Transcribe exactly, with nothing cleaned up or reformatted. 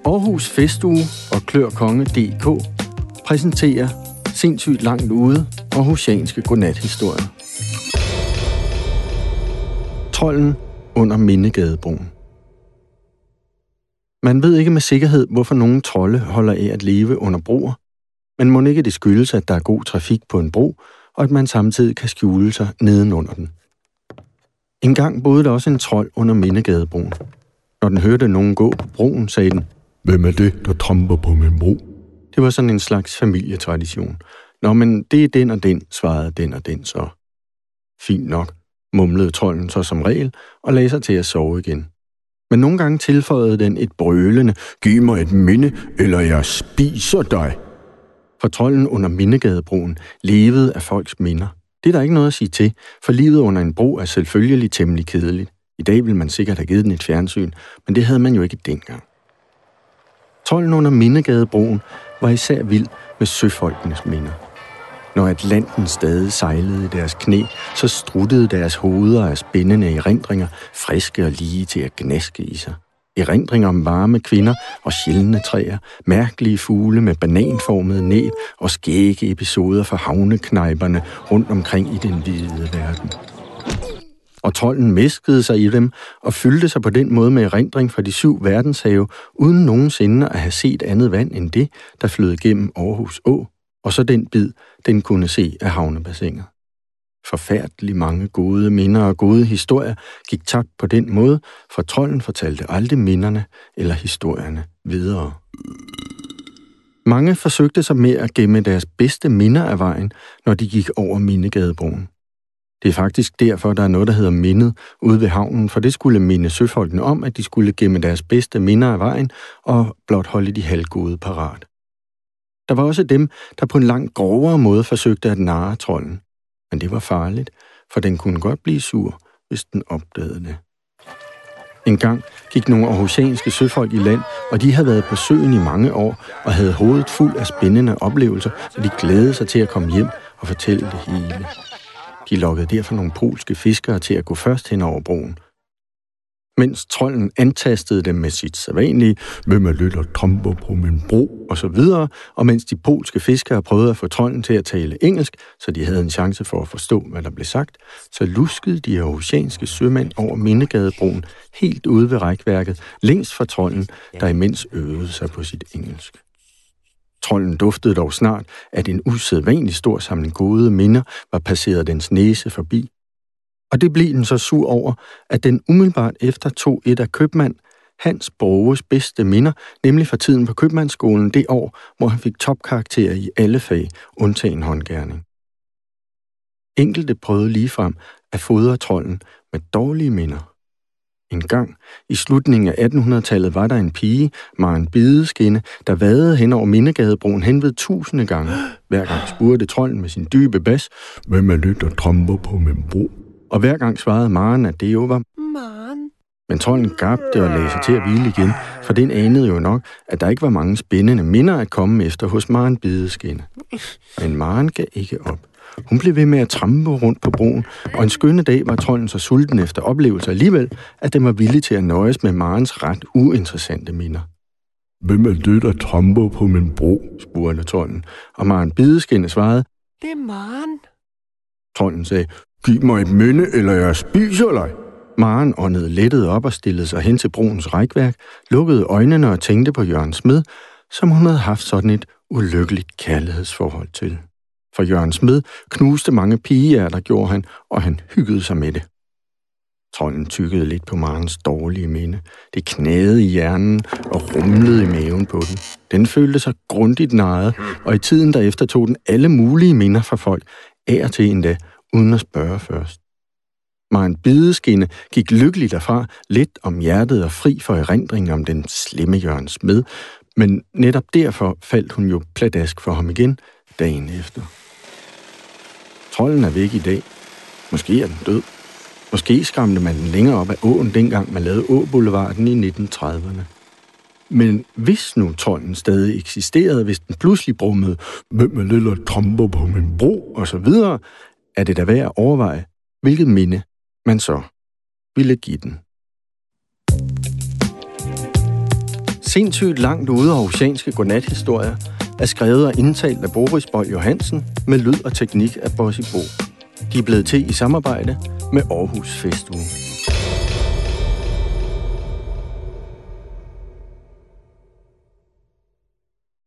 Aarhus Festuge og Klør Konge punktum d k præsenterer Sindssygt langt ude aarhusianske godnathistorier. Trolden under Mindegadebroen. Man ved ikke med sikkerhed, hvorfor nogle trolde holder af at leve under broer, men mon ikke det skyldes, at der er god trafik på en bro, og at man samtidig kan skjule sig nedenunder den. En gang boede der også en trold under Mindegadebroen. Når den hørte nogen gå på broen, sagde den, "Hvem er det, der tramper på min bro?" Det var sådan en slags familietradition. "Nå, men det er den og den," svarede den og den så. Fint nok, mumlede trolden så som regel og lagde sig til at sove igen. Men nogle gange tilføjede den et brølende, "Giv mig et minde, eller jeg spiser dig." For trolden under Mindegadebroen levede af folks minder. Det er der ikke noget at sige til, for livet under en bro er selvfølgelig temmelig kedeligt. I dag vil man sikkert have givet den et fjernsyn, men det havde man jo ikke dengang. Trolden under Mindegadebroen var især vild med søfolkenes minder. Når Atlanten stadig sejlede i deres knæ, så struttede deres hoveder af spændende erindringer, friske og lige til at gnaske i sig. Erindringer om varme kvinder og sjældne træer, mærkelige fugle med bananformede næb og skægge episoder fra havneknejperne rundt omkring i den hvide verden. Og trolden mæskede sig i dem og fyldte sig på den måde med erindring fra de syv verdenshave, uden nogensinde at have set andet vand end det, der flød gennem Aarhus Å, og så den bid, den kunne se af havnebassinet. Forfærdeligt mange gode minder og gode historier gik tabt på den måde, for trolden fortalte aldrig minderne eller historierne videre. Mange forsøgte sig med at gemme deres bedste minder af vejen, når de gik over Mindegadebroen. Det er faktisk derfor, der er noget, der hedder mindet ude ved havnen, for det skulle minde søfolkene om, at de skulle gemme deres bedste minder af vejen og blot holde de halvgode parat. Der var også dem, der på en langt grovere måde forsøgte at narre trolden. Men det var farligt, for den kunne godt blive sur, hvis den opdagede det. En gang gik nogle aarhusianske søfolk i land, og de havde været på søen i mange år og havde hovedet fuld af spændende oplevelser, så de glædede sig til at komme hjem og fortælle det hele. De lokkede derfor nogle polske fiskere til at gå først hen over broen. Mens trolden antastede dem med sit sædvanlige, "Hvem er det, der tramper på min bro?" og så videre, og mens de polske fiskere prøvede at få trolden til at tale engelsk, så de havde en chance for at forstå, hvad der blev sagt, så luskede de aarhusianske sømænd over Mindegadebroen helt ude ved rækværket, længst fra trolden, der imens øvede sig på sit engelsk. Trolden duftede dog snart, at en usædvanlig stor samling gode minder var passeret dens næse forbi. Og det blev den så sur over, at den umiddelbart efter tog et af købmand, Hans Borges bedste minder, nemlig fra tiden på købmandsskolen det år, hvor han fik topkarakterer i alle fag, undtagen håndgerning. Enkelte prøvede ligefrem at fodre trolden med dårlige minder. En gang i slutningen af attenhundredetallet var der en pige, Maren Bideskinne, der vadede hen over Mindegadebroen henved tusinde gange. Hver gang spurgte trolden med sin dybe bas, "Hvem er det, der tramper på min bro?" Og hver gang svarede Maren, at det jo var Maren. Men trolden gabte og lagde sig til at hvile igen, for den anede jo nok, at der ikke var mange spændende minder at komme efter hos Maren Bideskinne. Men Maren gav ikke op. Hun blev ved med at trampe rundt på broen, og en skønne dag var trolden så sulten efter oplevelser alligevel, at den var villig til at nøjes med Marens ret uinteressante minder. "Hvem er det, der tramper på min bro?" spurgte trolden, og Maren Bideskinne svarede, "Det er Maren." Trolden sagde, "Giv mig et minde, eller jeg spiser dig." Maren åndede lettet op og stillede sig hen til broens rækværk, lukkede øjnene og tænkte på Jørgen Smed, som hun havde haft sådan et ulykkeligt kærlighedsforhold til. For Jørgen Smed knuste mange pigehjerter, gjorde han, og han hyggede sig med det. Trolden tykkede lidt på Marens dårlige minde. Det knagede i hjernen og rumlede i maven på den. Den følte sig grundigt narret, og i tiden derefter tog den alle mulige minder fra folk, af og til endda, uden at spørge først. Maren Bideskinne gik lykkelig derfra, lidt om hjertet og fri for erindringen om den slemme Jørgen Smed, men netop derfor faldt hun jo pladask for ham igen dagen efter. Trolden er væk i dag. Måske er den død. Måske skræmte man den længere op af åen, dengang man lavede Åboulevarden i nitten trediverne. Men hvis nu trolden stadig eksisterede, hvis den pludselig brummede, "Hvem er det, der tramper på min bro?" og så videre, er det da værd at overveje, hvilket minde man så ville give den. Sindssygt langt ude af oceanske godnathistorier er skrevet og indtalt af Boris Bold Johansen med lyd og teknik af Bossy Bo. De er blevet til i samarbejde med Aarhus Festuge.